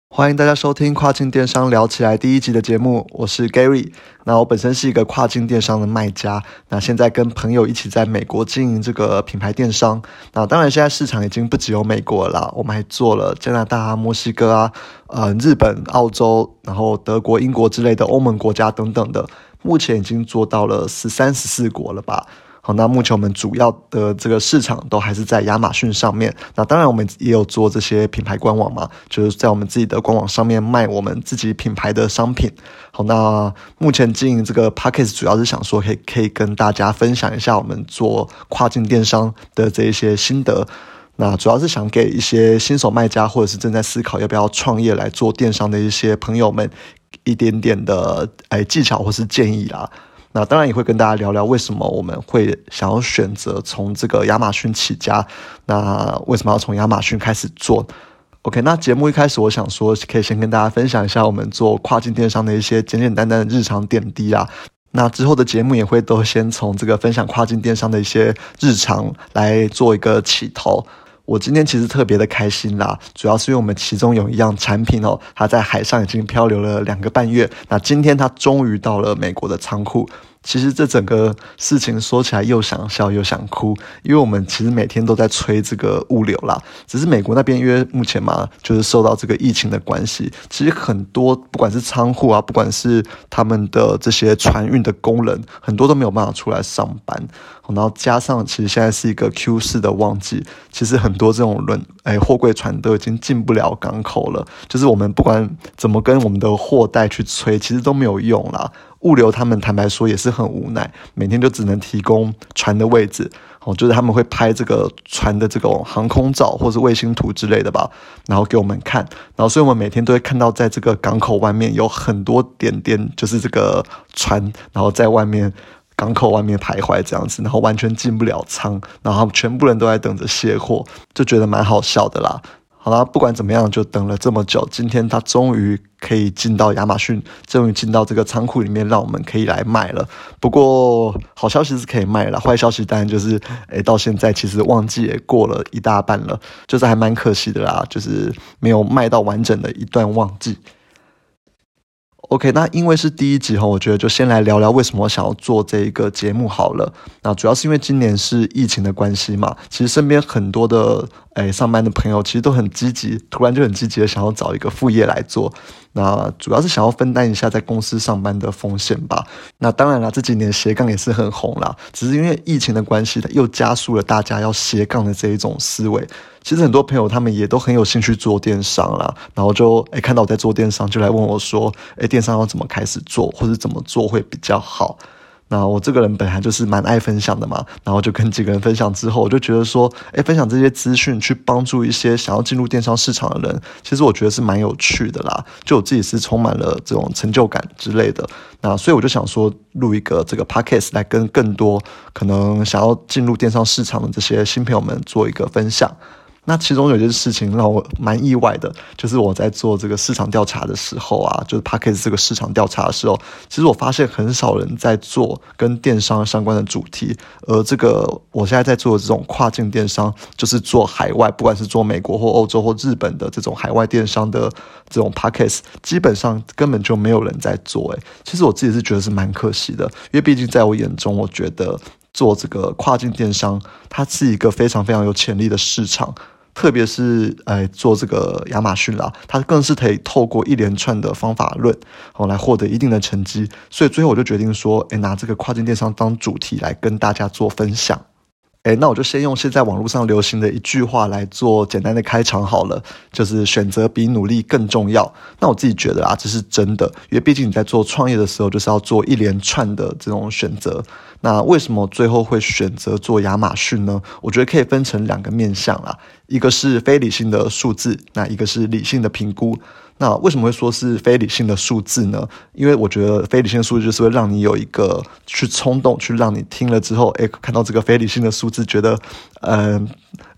欢迎大家收听跨境电商聊起来第一集的节目，我是 Gary。那我本身是一个跨境电商的卖家，那现在跟朋友一起在美国经营这个品牌电商。那当然现在市场已经不只有美国了啦，我们还做了加拿大、墨西哥啊、日本、澳洲，然后德国、英国之类的欧盟国家等等的，目前已经做到了13、14国了吧。好，那目前我们主要的这个市场都还是在亚马逊上面。那当然我们也有做这些品牌官网嘛，就是在我们自己的官网上面卖我们自己品牌的商品。好，那目前经营这个 Podcast 主要是想说可以跟大家分享一下我们做跨境电商的这一些心得。那主要是想给一些新手卖家或者是正在思考要不要创业来做电商的一些朋友们一点点的技巧或是建议啦。那当然也会跟大家聊聊为什么我们会想要选择从这个亚马逊起家，那为什么要从亚马逊开始做。 OK， 那节目一开始我想说可以先跟大家分享一下我们做跨境电商的一些简简单单的日常点滴啦。那之后的节目也会都先从这个分享跨境电商的一些日常来做一个起头。我今天其实特别的开心啦，主要是因为我们其中有一样产品它在海上已经漂流了2个半月，那今天它终于到了美国的仓库。其实这整个事情说起来又想笑又想哭，因为我们其实每天都在催这个物流啦，只是美国那边因为目前嘛就是受到这个疫情的关系，其实很多不管是仓库啊，不管是他们的这些船运的工人，很多都没有办法出来上班。然后加上其实现在是一个 Q4 的旺季，其实很多这种货柜船都已经进不了港口了，就是我们不管怎么跟我们的货代去催，其实都没有用啦。物流他们坦白说也是很无奈，每天就只能提供船的位置，就是他们会拍这个船的这种航空照或是卫星图之类的吧，然后给我们看，然后所以我们每天都会看到在这个港口外面有很多点点，就是这个船然后在外面港口外面徘徊这样子，然后完全进不了仓，然后全部人都在等着卸货，就觉得蛮好笑的啦。好啦，不管怎么样就等了这么久，今天他终于可以进到亚马逊，终于进到这个仓库里面，让我们可以来卖了。不过好消息是可以卖了，坏消息当然就是到现在其实旺季也过了一大半了，就是还蛮可惜的啦，就是没有卖到完整的一段旺季。OK， 那因为是第一集我觉得就先来聊聊为什么我想要做这一个节目好了。那主要是因为今年是疫情的关系嘛，其实身边很多的上班的朋友其实都很积极，突然就很积极的想要找一个副业来做。那主要是想要分担一下在公司上班的风险吧。那当然啦，这几年斜杠也是很红啦，只是因为疫情的关系又加速了大家要斜杠的这一种思维。其实很多朋友他们也都很有兴趣做电商啦，然后就看到我在做电商，就来问我说电商要怎么开始做，或者怎么做会比较好。那我这个人本来就是蛮爱分享的嘛，然后就跟几个人分享之后，我就觉得说分享这些资讯去帮助一些想要进入电商市场的人，其实我觉得是蛮有趣的啦，就我自己是充满了这种成就感之类的。那所以我就想说录一个这个 podcast 来跟更多可能想要进入电商市场的这些新朋友们做一个分享。那其中有一件事情让我蛮意外的，就是我在做这个市场调查的时候啊，就是 Podcast 这个市场调查的时候，其实我发现很少人在做跟电商相关的主题，而这个我现在在做的这种跨境电商，就是做海外，不管是做美国或欧洲或日本的这种海外电商的这种 Podcast， 基本上根本就没有人在做。其实我自己是觉得是蛮可惜的，因为毕竟在我眼中，我觉得做这个跨境电商，它是一个非常非常有潜力的市场。特别是做这个亚马逊啦，它更是可以透过一连串的方法论来获得一定的成绩，所以最后我就决定说拿这个跨境电商当主题来跟大家做分享。那我就先用现在网络上流行的一句话来做简单的开场好了，就是选择比努力更重要。那我自己觉得这是真的，因为毕竟你在做创业的时候就是要做一连串的这种选择。那为什么最后会选择做亚马逊呢？我觉得可以分成2个面向啦，一个是非理性的数字，那一个是理性的评估。那为什么会说是非理性的数字呢？因为我觉得非理性的数字就是会让你有一个去冲动，去让你听了之后看到这个非理性的数字觉得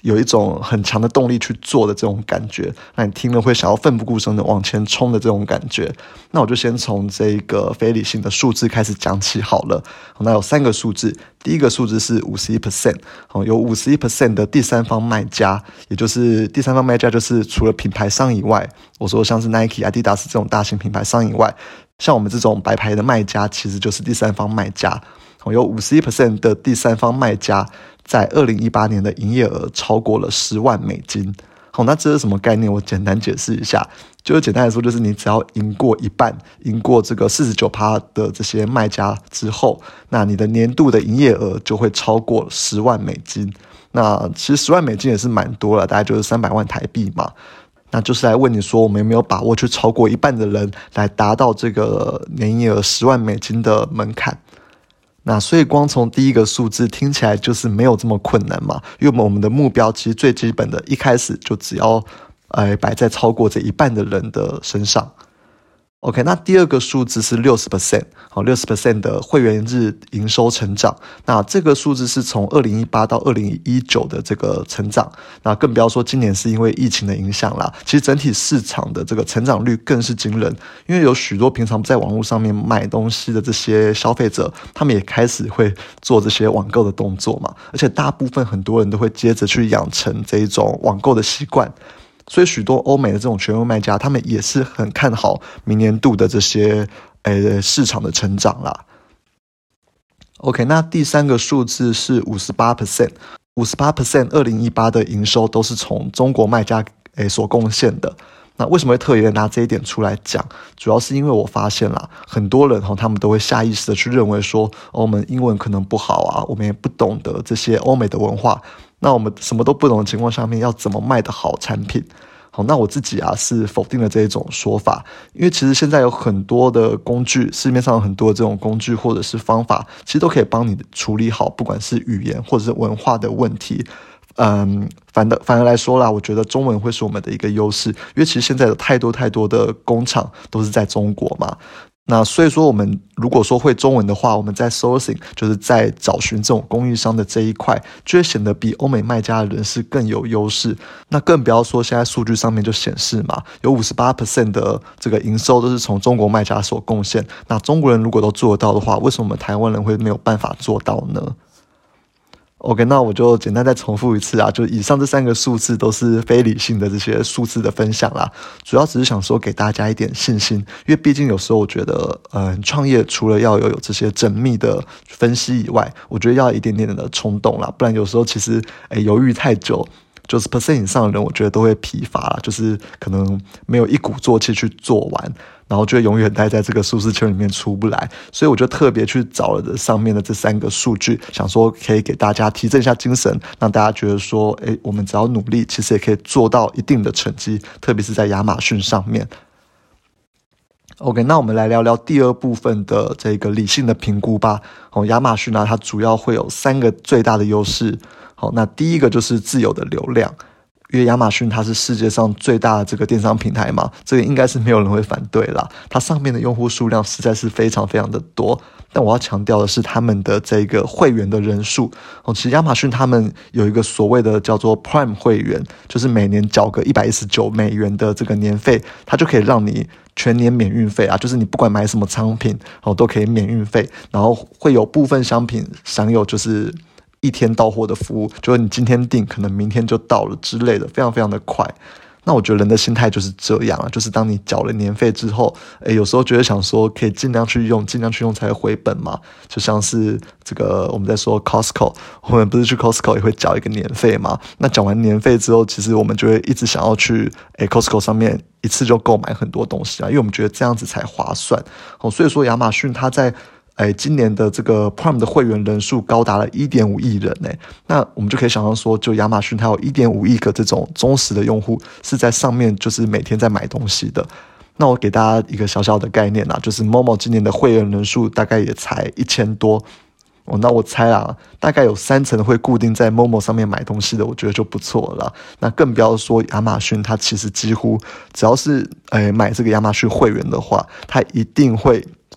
有一种很强的动力去做的这种感觉，那你听了会想要奋不顾身的往前冲的这种感觉。那我就先从这个非理性的数字开始讲起好了。那有3个数字，第一个数字是 51%， 有 51% 的第三方卖家，也就是第三方卖家就是除了品牌商以外，我说像是 Nike、Adidas 这种大型品牌商以外，像我们这种白牌的卖家其实就是第三方卖家。有 51% 的第三方卖家在2018年的营业额超过了$10万。好，那这是什么概念？我简单解释一下，就是简单来说，就是你只要赢过一半，赢过这个 49% 的这些卖家之后，那你的年度的营业额就会超过$10万。那其实$10万也是蛮多了，大概就是300万台币嘛。那就是来问你说，我们有没有把握去超过一半的人来达到这个年营业额$10万的门槛？那所以光从第一个数字听起来就是没有这么困难嘛，因为我们的目标其实最基本的一开始就只要摆在超过这一半的人的身上。OK， 那第二个数字是 60%， 60% 的会员日营收成长。那这个数字是从2018到2019的这个成长，那更不要说今年是因为疫情的影响啦。其实整体市场的这个成长率更是惊人，因为有许多平常在网络上面买东西的这些消费者，他们也开始会做这些网购的动作嘛，而且大部分很多人都会接着去养成这一种网购的习惯。所以许多欧美的这种权威卖家，他们也是很看好明年度的这些市场的成长啦。OK， 那第三个数字是 58%， 2018的营收都是从中国卖家所贡献的。那为什么会特别拿这一点出来讲？主要是因为我发现啦，很多人他们都会下意识的去认为说，我们英文可能不好啊，我们也不懂得这些欧美的文化。那我们什么都不懂的情况下面，要怎么卖得好产品？好，那我自己是否定了这一种说法，因为其实现在有很多的工具，市面上有很多的这种工具或者是方法，其实都可以帮你处理好，不管是语言或者是文化的问题。反而来说啦，我觉得中文会是我们的一个优势，因为其实现在有太多的工厂都是在中国嘛。那所以说我们如果说会中文的话，我们在 sourcing 就是在找寻这种供应商的这一块，就会显得比欧美卖家的人是更有优势。那更不要说现在数据上面就显示嘛，有 58% 的这个营收都是从中国卖家所贡献。那中国人如果都做得到的话，为什么我们台湾人会没有办法做到呢？OK， 那我就简单再重复一次就以上这3个数字都是非理性的这些数字的分享啦，主要只是想说给大家一点信心，因为毕竟有时候我觉得创业除了要有这些缜密的分析以外，我觉得要一点点的冲动啦，不然有时候其实犹豫太久，90% 以上的人我觉得都会疲乏啦，就是可能没有一鼓作气去做完，然后就会永远待在这个舒适圈里面出不来。所以我就特别去找了上面的这3个数据，想说可以给大家提振一下精神，让大家觉得说我们只要努力其实也可以做到一定的成绩，特别是在亚马逊上面。OK， 那我们来聊聊第二部分的这个理性的评估吧。亚马逊它主要会有3个最大的优势。那第一个就是自有的流量，因为亚马逊它是世界上最大的这个电商平台嘛，这个应该是没有人会反对啦。它上面的用户数量实在是非常非常的多，但我要强调的是他们的这个会员的人数。其实亚马逊他们有一个所谓的叫做 Prime 会员，就是每年缴个$119的这个年费，它就可以让你全年免运费就是你不管买什么商品都可以免运费，然后会有部分商品享有就是1天到货的服务，就是你今天订可能明天就到了之类的，非常非常的快。那我觉得人的心态就是这样就是当你缴了年费之后，有时候觉得想说可以尽量去用才会回本嘛。就像是这个我们在说 Costco， 我们不是去 Costco 也会缴一个年费嘛？那缴完年费之后，其实我们就会一直想要去Costco 上面一次就购买很多东西因为我们觉得这样子才划算。所以说亚马逊它在今年的这个 Prime 的会员人数高达了 1.5 亿人那我们就可以想象说，就亚马逊它有 1.5 亿个这种忠实的用户是在上面就是每天在买东西的。那我给大家一个小小的概念就是 Momo 今年的会员人数大概也才1000多那我猜大概有30%会固定在 Momo 上面买东西的，我觉得就不错了。那更不要说亚马逊，它其实几乎只要是买这个亚马逊会员的话，它一定会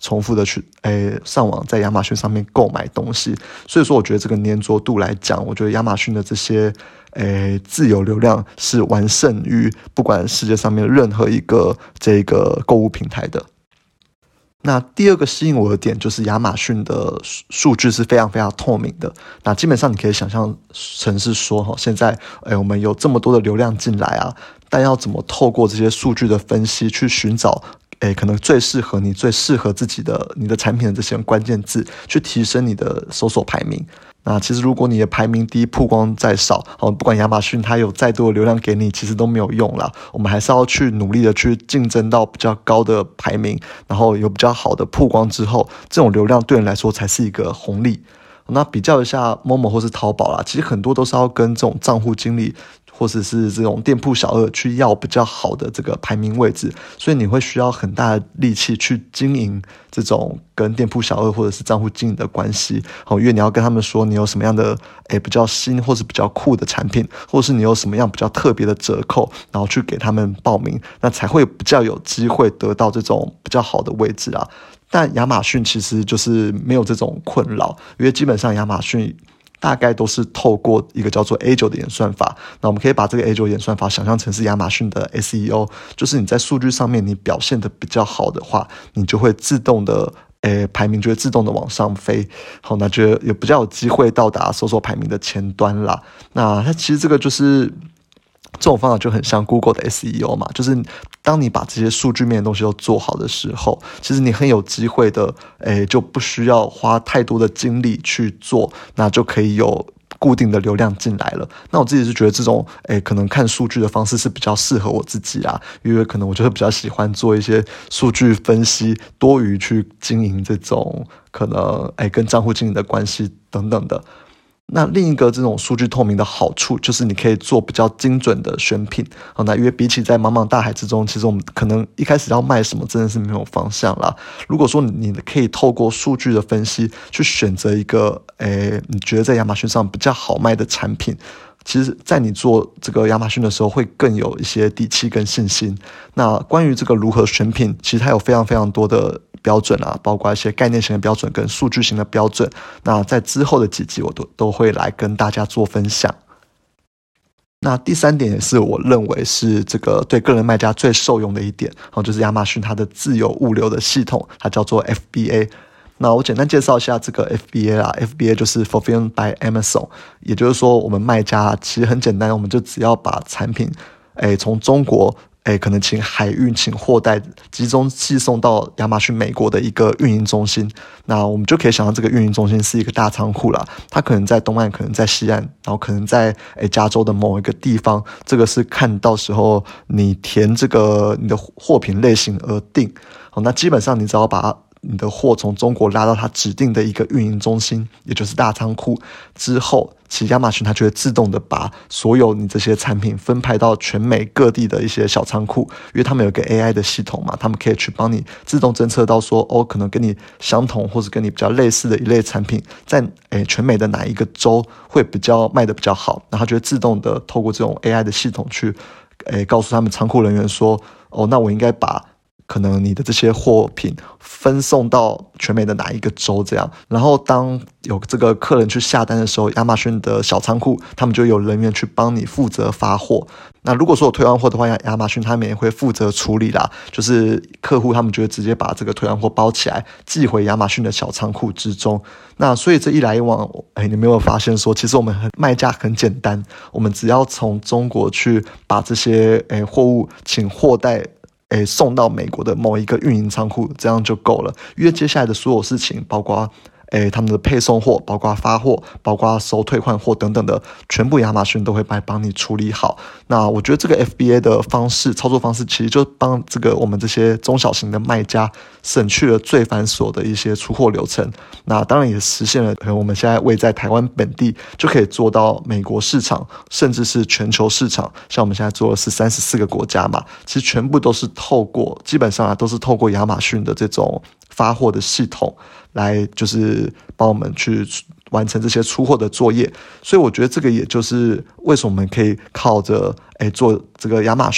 重复的去上网在亚马逊上面购买东西。所以说我觉得这个粘着度来讲，我觉得亚马逊的这些自有流量是完胜于不管世界上面任何一个这个购物平台的。那第二个吸引我的点就是亚马逊的数据是非常非常透明的。那基本上你可以想象成是说现在我们有这么多的流量进来啊，但要怎么透过这些数据的分析去寻找可能最适合你、最适合自己的你的产品的这些关键字，去提升你的搜索排名。那其实如果你的排名低、曝光再少，不管亚马逊它有再多的流量给你，其实都没有用啦。我们还是要去努力的去竞争到比较高的排名，然后有比较好的曝光之后，这种流量对你来说才是一个红利。那比较一下 Momo 或是淘宝啦，其实很多都是要跟这种账户经理或者是这种店铺小二去要比较好的这个排名位置，所以你会需要很大的力气去经营这种跟店铺小二或者是账户经营的关系。因为你要跟他们说你有什么样的比较新或是比较酷的产品，或是你有什么样比较特别的折扣，然后去给他们报名，那才会比较有机会得到这种比较好的位置啊。但亚马逊其实就是没有这种困扰，因为基本上亚马逊大概都是透过一个叫做 A9 的演算法。那我们可以把这个 A9 演算法想象成是亚马逊的 SEO， 就是你在数据上面你表现的比较好的话，你就会自动的排名就会自动的往上飞。好，那就也比较有机会到达搜索排名的前端啦。那它其实这个就是这种方法就很像 Google 的 SEO 嘛，就是当你把这些数据面的东西都做好的时候，其实你很有机会的就不需要花太多的精力去做，那就可以有固定的流量进来了。那我自己是觉得这种可能看数据的方式是比较适合我自己啊，因为可能我就会比较喜欢做一些数据分析，多于去经营这种可能跟账户经营的关系等等的。那另一个这种数据透明的好处就是你可以做比较精准的选品。那因为比起在茫茫大海之中，其实我们可能一开始要卖什么真的是没有方向啦。如果说你可以透过数据的分析去选择一个你觉得在亚马逊上比较好卖的产品，其实在你做这个亚马逊的时候会更有一些底气跟信心。那关于这个如何选品，其实它有非常非常多的标准啊，包括一些概念型的标准跟数据型的标准。那在之后的几集我都会来跟大家做分享。那第三点也是我认为是这个对个人卖家最受用的一点，就是亚马逊它的自有物流的系统，它叫做 FBA。那我简单介绍一下这个 FBA 啦。 FBA 就是 Fulfilled by Amazon， 也就是说我们卖家其实很简单，我们就只要把产品从中国可能请海运请货代集中寄送到亚马逊美国的一个运营中心。那我们就可以想到这个运营中心是一个大仓库啦，它可能在东岸，可能在西岸，然后可能在加州的某一个地方，这个是看到时候你填这个你的货品类型而定。好，那基本上你只要把你的货从中国拉到它指定的一个运营中心，也就是大仓库之后，其实亚马逊它就会自动的把所有你这些产品分派到全美各地的一些小仓库，因为他们有个 AI 的系统嘛，他们可以去帮你自动侦测到说可能跟你相同或者跟你比较类似的一类产品在全美的哪一个州会比较卖的比较好，然后它就会自动的透过这种 AI 的系统去告诉他们仓库人员说那我应该把可能你的这些货品分送到全美的哪一个州这样。然后当有这个客人去下单的时候，亚马逊的小仓库他们就有人员去帮你负责发货。那如果说有退换货的话，亚马逊他们也会负责处理啦，就是客户他们就会直接把这个退换货包起来寄回亚马逊的小仓库之中。那所以这一来一往你有没有发现说其实我们卖家很简单，我们只要从中国去把这些货物请货代送到美国的某一个运营仓库，这样就够了。因为接下来的所有事情，包括他们的配送货，包括发货，包括收退换货等等的，全部亚马逊都会帮你处理好。那我觉得这个 FBA 的操作方式其实就帮这个我们这些中小型的卖家省去了最繁琐的一些出货流程。那当然也实现了我们现在位在台湾本地就可以做到美国市场甚至是全球市场，像我们现在做的是34个国家嘛，其实全部都是基本上都是透过亚马逊的这种发货的系统来就是帮我们去完成这些出货的作业。所以我觉得这个也就是为什么我们可以靠着做这个亚马逊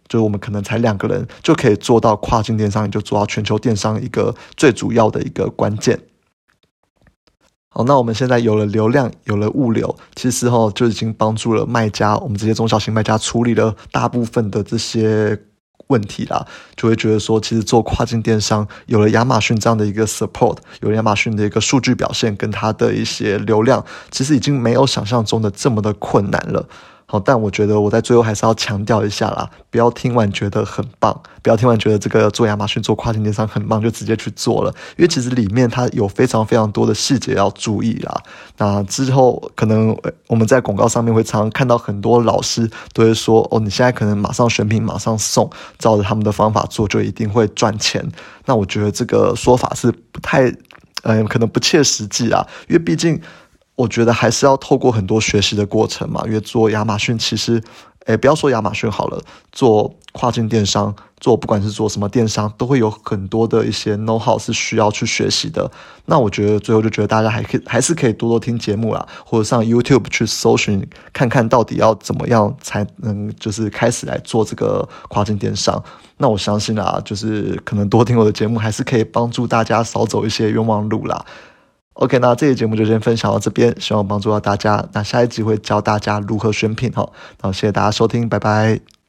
就是我们可能才2个人就可以做到跨境电商，也就做到全球电商一个最主要的一个关键。好，那我们现在有了流量，有了物流，其实就已经帮助了卖家，我们这些中小型卖家处理了大部分的这些问题啦，就会觉得说，其实做跨境电商有了亚马逊这样的一个 support， 有了亚马逊的一个数据表现跟它的一些流量，其实已经没有想象中的这么的困难了。好，但我觉得我在最后还是要强调一下啦，不要听完觉得很棒，不要听完觉得这个做亚马逊做跨境电商很棒就直接去做了，因为其实里面它有非常非常多的细节要注意啦。那之后可能我们在广告上面会常常看到很多老师都会说，你现在可能马上选品马上送，照着他们的方法做就一定会赚钱。那我觉得这个说法是不太可能不切实际啊，因为毕竟我觉得还是要透过很多学习的过程嘛，因为做亚马逊其实不要说亚马逊好了，做跨境电商，做不管是做什么电商，都会有很多的一些 know how 是需要去学习的。那我觉得最后就觉得大家还是可以多多听节目啦，或者上 YouTube 去搜寻看看到底要怎么样才能就是开始来做这个跨境电商。那我相信啦，就是可能多听我的节目还是可以帮助大家少走一些冤枉路啦。OK， 那这期节目就先分享到这边，希望帮助到大家。那下一集会教大家如何选品。好，谢谢大家收听，拜拜。